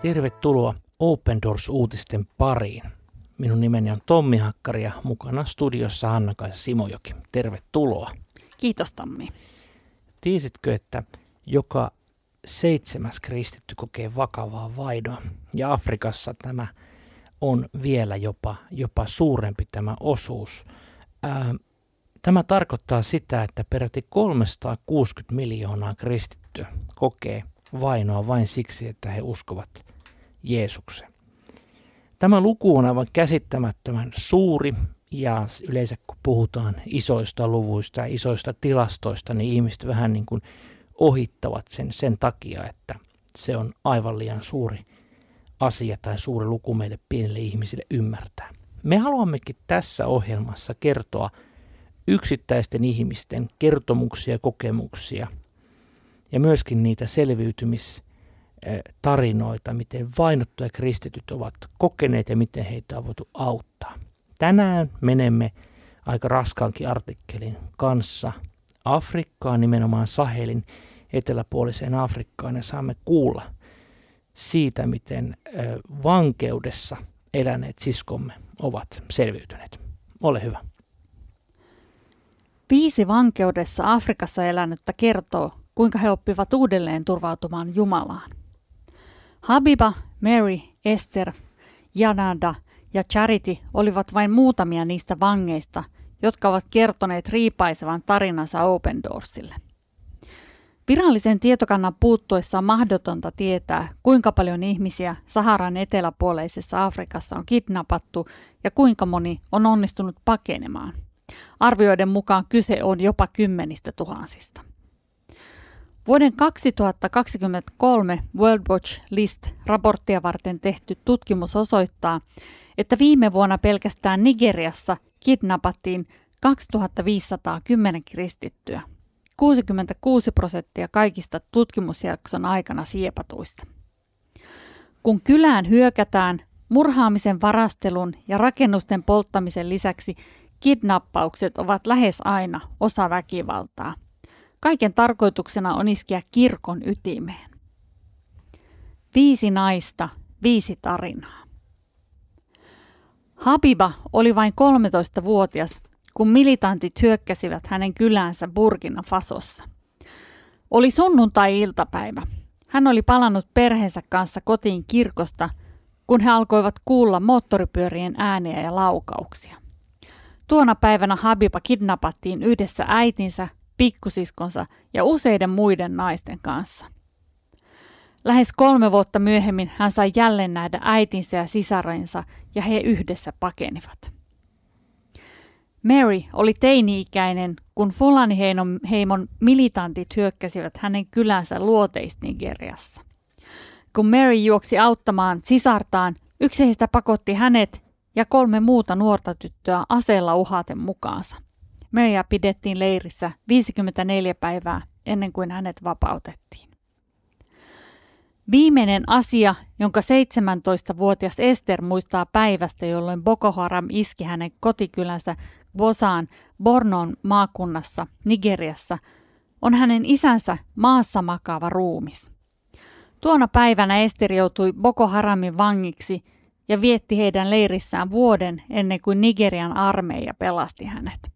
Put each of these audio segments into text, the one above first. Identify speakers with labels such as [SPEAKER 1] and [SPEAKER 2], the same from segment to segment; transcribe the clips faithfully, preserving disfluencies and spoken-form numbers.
[SPEAKER 1] Tervetuloa Open Doors-uutisten pariin. Minun nimeni on Tommi Hakkari ja mukana studiossa Hanna-Kaisa Simojoki. Tervetuloa.
[SPEAKER 2] Kiitos Tommi.
[SPEAKER 1] Tiesitkö, että joka seitsemäs kristitty kokee vakavaa vainoa ja Afrikassa tämä on vielä jopa, jopa suurempi tämä osuus. Ää, tämä tarkoittaa sitä, että peräti kolmesataakuusikymmentä miljoonaa kristittyä kokee vainoa vain siksi, että he uskovat Jeesukseen. Tämä luku on aivan käsittämättömän suuri ja yleensä kun puhutaan isoista luvuista ja isoista tilastoista, niin ihmiset vähän niin kuin ohittavat sen sen takia, että se on aivan liian suuri asia tai suuri luku meille pienille ihmisille ymmärtää. Me haluammekin tässä ohjelmassa kertoa yksittäisten ihmisten kertomuksia ja kokemuksia ja myöskin niitä selviytymistarinoita, miten vainottuja kristityt ovat kokeneet ja miten heitä on voitu auttaa. Tänään menemme aika raskaankin artikkelin kanssa Afrikkaan, nimenomaan Sahelin eteläpuoliseen Afrikkaan, ja saamme kuulla siitä, miten vankeudessa eläneet siskomme ovat selviytyneet. Ole hyvä.
[SPEAKER 2] Viisi vankeudessa Afrikassa elänyttä kertoo, kuinka he oppivat uudelleen turvautumaan Jumalaan. Habiba, Mary, Esther, Janada ja Charity olivat vain muutamia niistä vangeista, jotka ovat kertoneet riipaisevan tarinansa Open Doorsille. Virallisen tietokannan puuttuessa on mahdotonta tietää, kuinka paljon ihmisiä Saharan eteläpuoleisessa Afrikassa on kidnappattu ja kuinka moni on onnistunut pakenemaan. Arvioiden mukaan kyse on jopa kymmenistä tuhansista. Vuoden kaksituhattakaksikymmentäkolme World Watch List-raporttia varten tehty tutkimus osoittaa, että viime vuonna pelkästään Nigeriassa kidnappattiin kaksituhattaviisisataakymmenen kristittyä, kuusikymmentäkuusi prosenttia kaikista tutkimusjakson aikana siepatuista. Kun kylään hyökätään, murhaamisen, varastelun ja rakennusten polttamisen lisäksi kidnappaukset ovat lähes aina osa väkivaltaa. Kaiken tarkoituksena on iskeä kirkon ytimeen. Viisi naista, viisi tarinaa. Habiba oli vain kolmetoistavuotias, kun militantit hyökkäsivät hänen kyläänsä Burkina Fasossa. Oli sunnuntai-iltapäivä. Hän oli palannut perheensä kanssa kotiin kirkosta, kun he alkoivat kuulla moottoripyörien ääniä ja laukauksia. Tuona päivänä Habiba kidnappattiin yhdessä äitinsä, pikkusiskonsa ja useiden muiden naisten kanssa. Lähes kolme vuotta myöhemmin hän sai jälleen nähdä äitinsä ja sisarensa ja he yhdessä pakenivat. Mary oli teini-ikäinen, kun Fulani-heimon militantit hyökkäsivät hänen kylänsä Luoteis-Nigeriassa. Kun Mary juoksi auttamaan sisartaan, yksi heistä pakotti hänet ja kolme muuta nuorta tyttöä aseella uhaten mukaansa. Marya pidettiin leirissä viisikymmentäneljä päivää ennen kuin hänet vapautettiin. Viimeinen asia, jonka seitsemäntoistavuotias Esther muistaa päivästä, jolloin Boko Haram iski hänen kotikylänsä Gbosaan Bornon maakunnassa Nigeriassa, on hänen isänsä maassa makaava ruumis. Tuona päivänä Esther joutui Boko Haramin vangiksi ja vietti heidän leirissään vuoden ennen kuin Nigerian armeija pelasti hänet.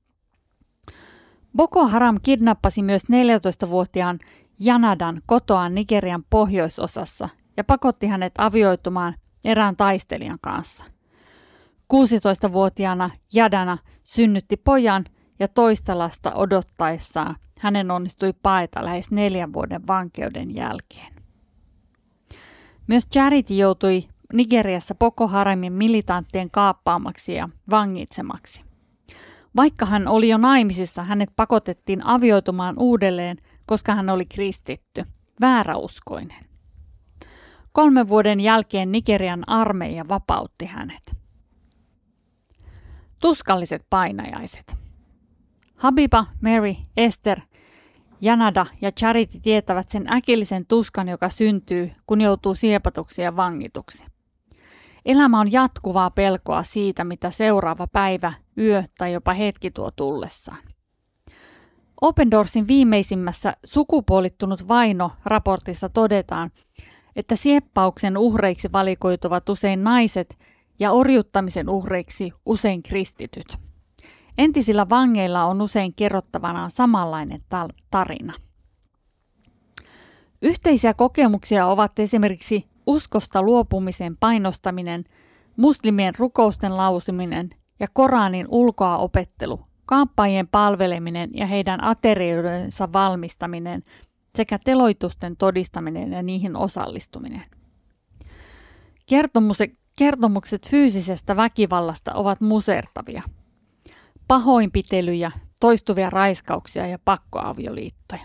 [SPEAKER 2] Boko Haram kidnappasi myös neljätoistavuotiaan Janadan kotoaan Nigerian pohjoisosassa ja pakotti hänet avioitumaan erään taistelijan kanssa. kuusitoistavuotiaana Jadana synnytti pojan ja toista lasta odottaessaan hänen onnistui paeta lähes neljän vuoden vankeuden jälkeen. Myös Charity joutui Nigeriassa Boko Haramin militanttien kaappaamaksi ja vangitsemaksi. Vaikka hän oli jo naimisissa, hänet pakotettiin avioitumaan uudelleen, koska hän oli kristitty, vääräuskoinen. Kolmen vuoden jälkeen Nigerian armeija vapautti hänet. Tuskalliset painajaiset. Habiba, Mary, Esther, Janada ja Charity tietävät sen äkillisen tuskan, joka syntyy, kun joutuu siepatuksi ja vangituksi. Elämä on jatkuvaa pelkoa siitä, mitä seuraava päivä, yö tai jopa hetki tuo tullessaan. Open Doorsin viimeisimmässä sukupuolittunut vaino -raportissa todetaan, että sieppauksen uhreiksi valikoituvat usein naiset ja orjuttamisen uhreiksi usein kristityt. Entisillä vangeilla on usein kerrottavanaan samanlainen tarina. Yhteisiä kokemuksia ovat esimerkiksi uskosta luopumisen painostaminen, muslimien rukousten lausuminen ja Koranin ulkoa opettelu, kaappaajien palveleminen ja heidän aterioidensa valmistaminen sekä teloitusten todistaminen ja niihin osallistuminen. Kertomukset fyysisestä väkivallasta ovat musertavia. Pahoinpitelyjä, toistuvia raiskauksia ja pakkoavioliittoja.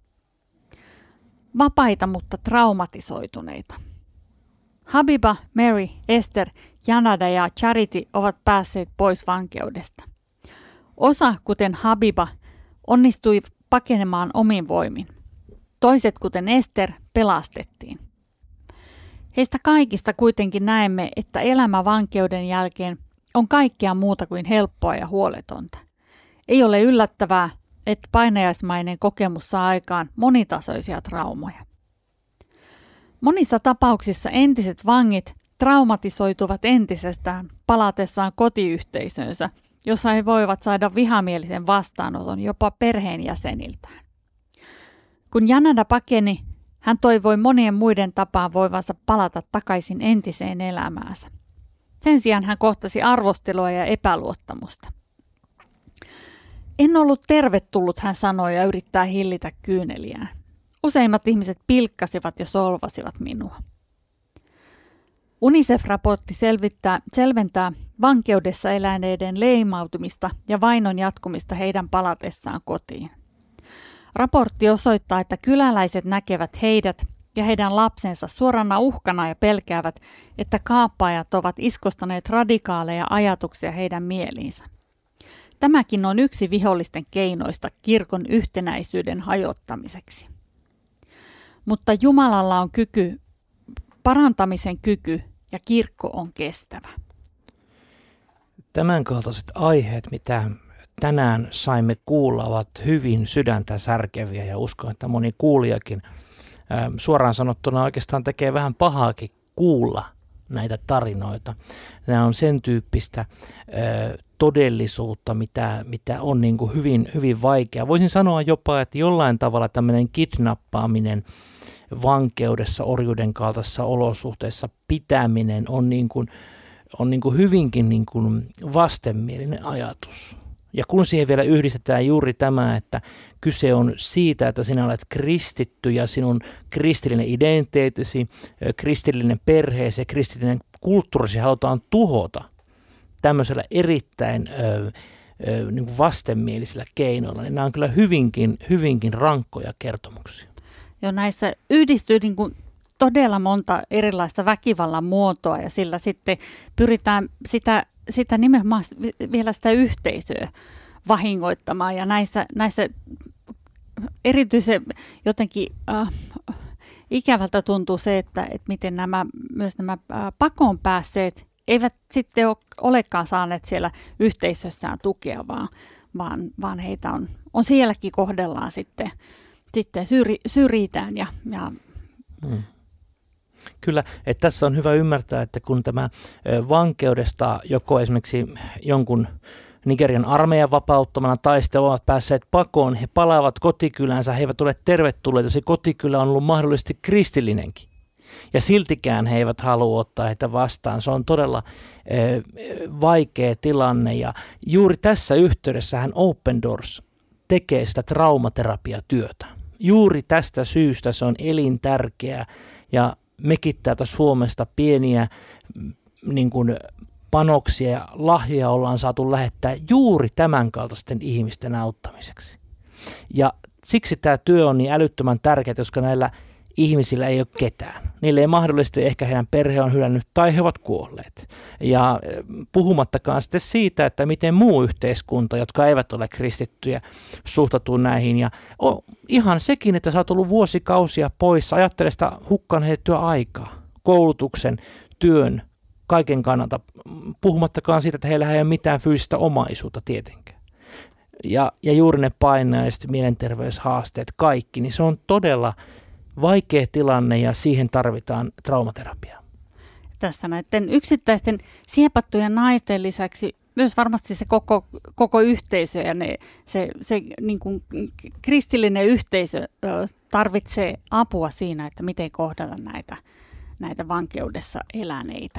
[SPEAKER 2] Vapaita, mutta traumatisoituneita. Habiba, Mary, Esther, Janada ja Charity ovat päässeet pois vankeudesta. Osa, kuten Habiba, onnistui pakenemaan omin voimin. Toiset, kuten Esther, pelastettiin. Heistä kaikista kuitenkin näemme, että elämä vankeuden jälkeen on kaikkea muuta kuin helppoa ja huoletonta. Ei ole yllättävää, että painajaismainen kokemus saa aikaan monitasoisia traumoja. Monissa tapauksissa entiset vangit traumatisoituvat entisestään palatessaan kotiyhteisöönsä, jossa he voivat saada vihamielisen vastaanoton jopa perheenjäseniltään. Kun Janada pakeni, hän toivoi monien muiden tapaan voivansa palata takaisin entiseen elämäänsä. Sen sijaan hän kohtasi arvostelua ja epäluottamusta. En ollut tervetullut, hän sanoi ja yrittää hillitä kyyneliään. Useimmat ihmiset pilkkasivat ja solvasivat minua. UNICEF-raportti selvittää, selventää vankeudessa eläneiden leimautumista ja vainon jatkumista heidän palatessaan kotiin. Raportti osoittaa, että kyläläiset näkevät heidät ja heidän lapsensa suorana uhkana ja pelkäävät, että kaappaajat ovat iskostaneet radikaaleja ajatuksia heidän mieliinsä. Tämäkin on yksi vihollisten keinoista kirkon yhtenäisyyden hajottamiseksi. Mutta Jumalalla on kyky, parantamisen kyky ja kirkko on kestävä.
[SPEAKER 1] Tämänkaltaiset aiheet, mitä tänään saimme kuulla, ovat hyvin sydäntä särkeviä ja uskon, että moni kuulijakin suoraan sanottuna oikeastaan tekee vähän pahaakin kuulla näitä tarinoita. Nämä on sen tyyppistä ö, todellisuutta, mitä, mitä on niin kuin hyvin, hyvin vaikea. Voisin sanoa jopa, että jollain tavalla tämmöinen kidnappaaminen, vankeudessa, orjuuden kaltaisissa olosuhteissa pitäminen on, niin kuin, on niin kuin hyvinkin niin kuin vastenmielinen ajatus. Ja kun siihen vielä yhdistetään juuri tämä, että kyse on siitä, että sinä olet kristitty ja sinun kristillinen identiteetisi, kristillinen perheesi ja kristillinen kulttuurisi halutaan tuhota tämmöisellä erittäin ö, ö, niin kuin vastenmielisillä keinoilla, niin nämä on kyllä hyvinkin, hyvinkin rankkoja kertomuksia.
[SPEAKER 2] Jo näissä yhdistyy niin kuin todella monta erilaista väkivallan muotoa ja sillä sitten pyritään sitä sitä nimenomaan vielä sitä yhteisöä vahingoittamaan ja näissä, näissä erityisen jotenkin äh, ikävältä tuntuu se, että, että miten nämä, myös nämä äh, pakoon päässeet eivät sitten ole, olekaan saaneet siellä yhteisössään tukea, vaan, vaan, vaan heitä on, on sielläkin kohdellaan sitten, sitten syri, syrjitään ja, ja
[SPEAKER 1] hmm. Kyllä, että tässä on hyvä ymmärtää, että kun tämä vankeudesta joko esimerkiksi jonkun Nigerian armeijan vapauttamana tai sitten ovat päässeet pakoon, he palaavat kotikylänsä, he eivät ole tervetulleita, se kotikylä on ollut mahdollisesti kristillinenkin. Ja siltikään he eivät halua ottaa heitä vastaan. Se on todella eh, vaikea tilanne ja juuri tässä yhteydessähän Open Doors tekee sitä traumaterapiatyötä. Juuri tästä syystä se on elintärkeää ja mekin täältä Suomesta pieniä niin kuin panoksia ja lahjoja ollaan saatu lähettää juuri tämän kaltaisten ihmisten auttamiseksi. Ja siksi tämä työ on niin älyttömän tärkeää, koska näillä ihmisillä ei ole ketään. Niille ei mahdollisesti ehkä heidän perhe on hylännyt tai he ovat kuolleet. Ja puhumattakaan sitten siitä, että miten muu yhteiskunta, jotka eivät ole kristittyjä, suhtautuu näihin. Ja oh, ihan sekin, että sä oot ollut vuosikausia poissa, ajattele sitä hukkaan heitettyä aikaa, koulutuksen, työn, kaiken kannalta. Puhumattakaan siitä, että heillä ei ole mitään fyysistä omaisuutta tietenkään. Ja, ja juuri ne painaiset, mielenterveyshaasteet, kaikki, niin se on todella vaikea tilanne ja siihen tarvitaan traumaterapiaa.
[SPEAKER 2] Tässä näiden yksittäisten siepattujen naisten lisäksi myös varmasti se koko, koko yhteisö ja ne, se, se niin kuin kristillinen yhteisö ö, tarvitsee apua siinä, että miten kohdella näitä, näitä vankeudessa eläneitä.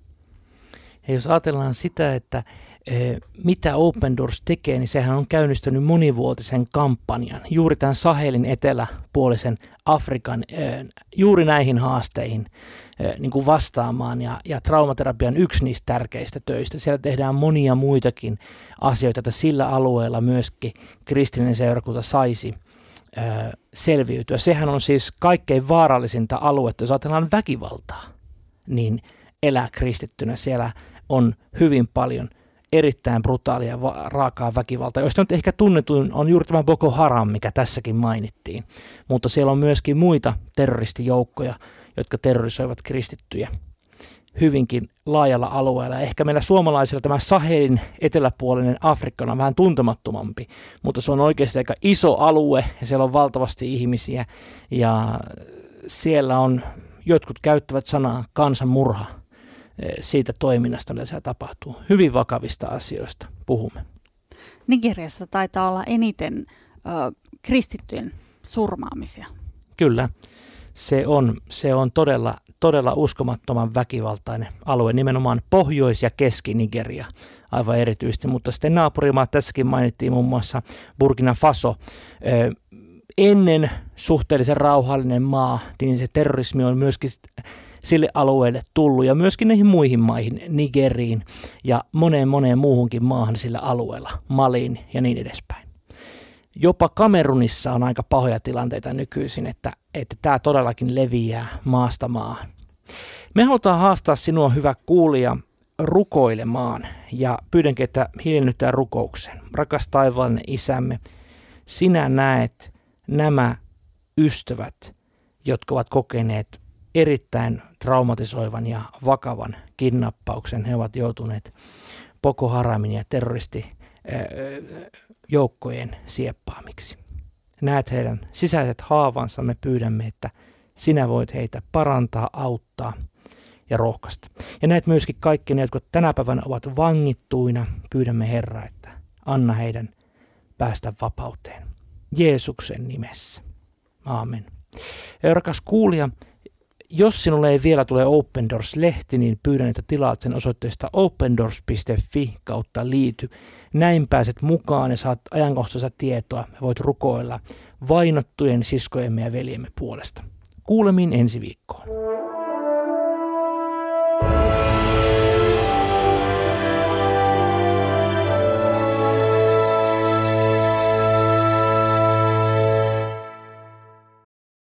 [SPEAKER 1] Ja jos ajatellaan sitä, että e, mitä Open Doors tekee, niin sehän on käynnistänyt monivuotisen kampanjan juuri tämän Sahelin eteläpuolisen Afrikan e, juuri näihin haasteihin e, niin kuin vastaamaan. Ja, ja traumaterapia on yksi niistä tärkeistä töistä. Siellä tehdään monia muitakin asioita, että sillä alueella myöskin kristillinen seurakunta saisi e, selviytyä. Sehän on siis kaikkein vaarallisinta aluetta, jos ajatellaan väkivaltaa, niin elää kristittynä siellä on hyvin paljon erittäin brutaalia va- raakaa väkivaltaa, joista nyt ehkä tunnetuin on juuri tämä Boko Haram, mikä tässäkin mainittiin. Mutta siellä on myöskin muita terroristijoukkoja, jotka terrorisoivat kristittyjä hyvinkin laajalla alueella. Ehkä meillä suomalaisilla tämä Sahelin eteläpuolinen Afrikka on vähän tuntemattomampi, mutta se on oikeasti aika iso alue ja siellä on valtavasti ihmisiä ja siellä on, jotkut käyttävät sanaa kansanmurha siitä toiminnasta, mitä siellä tapahtuu. Hyvin vakavista asioista puhumme.
[SPEAKER 2] Nigeriassa taitaa olla eniten ö, kristittyjen surmaamisia.
[SPEAKER 1] Kyllä, se on, se on todella, todella uskomattoman väkivaltainen alue, nimenomaan Pohjois- ja Keski-Nigeria aivan erityisesti, mutta sitten naapurimaat, tässäkin mainittiin muun muassa Burkina Faso. Ö, ennen suhteellisen rauhallinen maa, niin se terrorismi on myöskin sille alueelle tullut ja myöskin näihin muihin maihin, Nigeriin ja moneen moneen muuhunkin maahan sillä alueella, Maliin ja niin edespäin. Jopa Kamerunissa on aika pahoja tilanteita nykyisin, että, että tämä todellakin leviää maasta maahan. Me halutaan haastaa sinua, hyvä kuulija, rukoilemaan ja pyydänkin, että hiljennytään rukoukseen. Rakas taivaallinen Isämme, sinä näet nämä ystävät, jotka ovat kokeneet erittäin traumatisoivan ja vakavan kidnappauksen. He ovat joutuneet Boko Haramin ja terroristijoukkojen sieppaamiksi. Näet heidän sisäiset haavansa, me pyydämme, että sinä voit heitä parantaa, auttaa ja rohkaista. Ja näet myöskin kaikki ne, jotka tänä päivänä ovat vangittuina. Pyydämme Herra, että anna heidän päästä vapauteen. Jeesuksen nimessä. Aamen. Ja rakas kuulija, jos sinulle ei vielä tule Open Doors-lehti, niin pyydän, että tilaat sen osoitteesta opendoors piste fi kautta liity. Näin pääset mukaan ja saat ajankohtaista tietoa. Voit rukoilla vainottujen siskojemme ja veljemme puolesta. Kuulemiin ensi viikkoon.